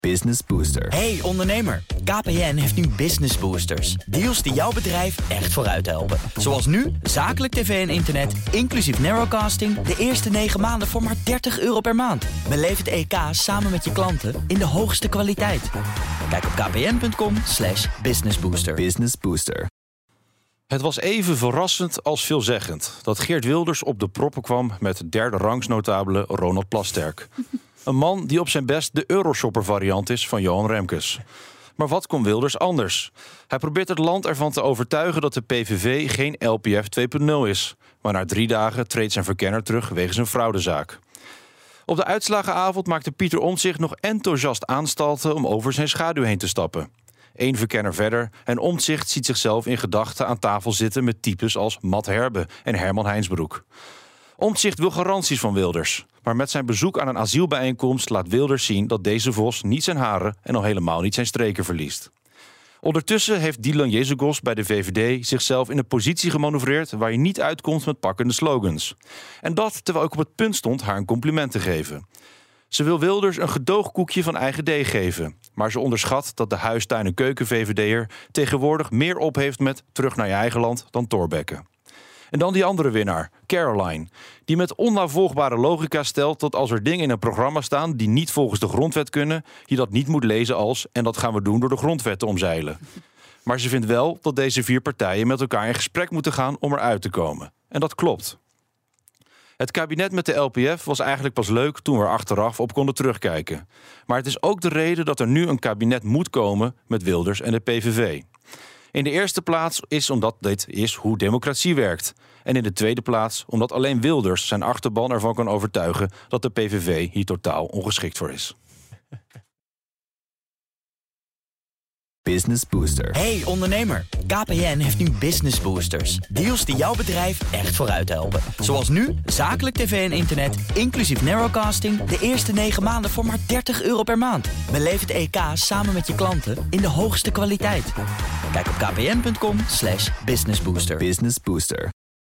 Business Booster. Hey ondernemer, KPN heeft nu Business Boosters. Deals die jouw bedrijf echt vooruit helpen. Zoals nu, zakelijk tv en internet, inclusief narrowcasting... de eerste 9 maanden voor maar €30 per maand. Beleef het EK samen met je klanten in de hoogste kwaliteit. Kijk op kpn.com/businessbooster. Business Booster. Het was even verrassend als veelzeggend dat Geert Wilders op de proppen kwam met derde rangsnotabele Ronald Plasterk. Een man die op zijn best de Euroshopper-variant is van Johan Remkes. Maar wat kon Wilders anders? Hij probeert het land ervan te overtuigen dat de PVV geen LPF 2.0 is. Maar na 3 dagen treedt zijn verkenner terug wegens een fraudezaak. Op de uitslagenavond maakte Pieter Omtzigt nog enthousiast aanstalten om over zijn schaduw heen te stappen. 1 verkenner verder en Omtzigt ziet zichzelf in gedachten aan tafel zitten met types als Matt Herbe en Herman Heinsbroek. Omtzigt wil garanties van Wilders. Maar met zijn bezoek aan een asielbijeenkomst laat Wilders zien dat deze vos niet zijn haren en al helemaal niet zijn streken verliest. Ondertussen heeft Dylan Jezegos bij de VVD zichzelf in een positie gemanoeuvreerd waar je niet uitkomt met pakkende slogans. En dat terwijl ik op het punt stond haar een compliment te geven. Ze wil Wilders een gedoogkoekje van eigen deeg geven. Maar ze onderschat dat de huistuin- en keuken-VVD'er tegenwoordig meer op heeft met terug naar je eigen land dan Thorbecke. En dan die andere winnaar, Caroline, die met onnavolgbare logica stelt dat als er dingen in een programma staan die niet volgens de grondwet kunnen, je dat niet moet lezen als en dat gaan we doen door de grondwet te omzeilen. Maar ze vindt wel dat deze 4 partijen met elkaar in gesprek moeten gaan om eruit te komen. En dat klopt. Het kabinet met de LPF was eigenlijk pas leuk toen we er achteraf op konden terugkijken. Maar het is ook de reden dat er nu een kabinet moet komen met Wilders en de PVV. In de eerste plaats is omdat dit is hoe democratie werkt. En in de tweede plaats omdat alleen Wilders zijn achterban ervan kan overtuigen dat de PVV hier totaal ongeschikt voor is. Business Booster. Hey ondernemer, KPN heeft nu Business Boosters. Deals die jouw bedrijf echt vooruit helpen. Zoals nu, zakelijk tv en internet, inclusief narrowcasting... de eerste 9 maanden voor maar €30 per maand. Beleef het EK samen met je klanten in de hoogste kwaliteit. Kijk op kpn.com/businessbooster. Business Booster.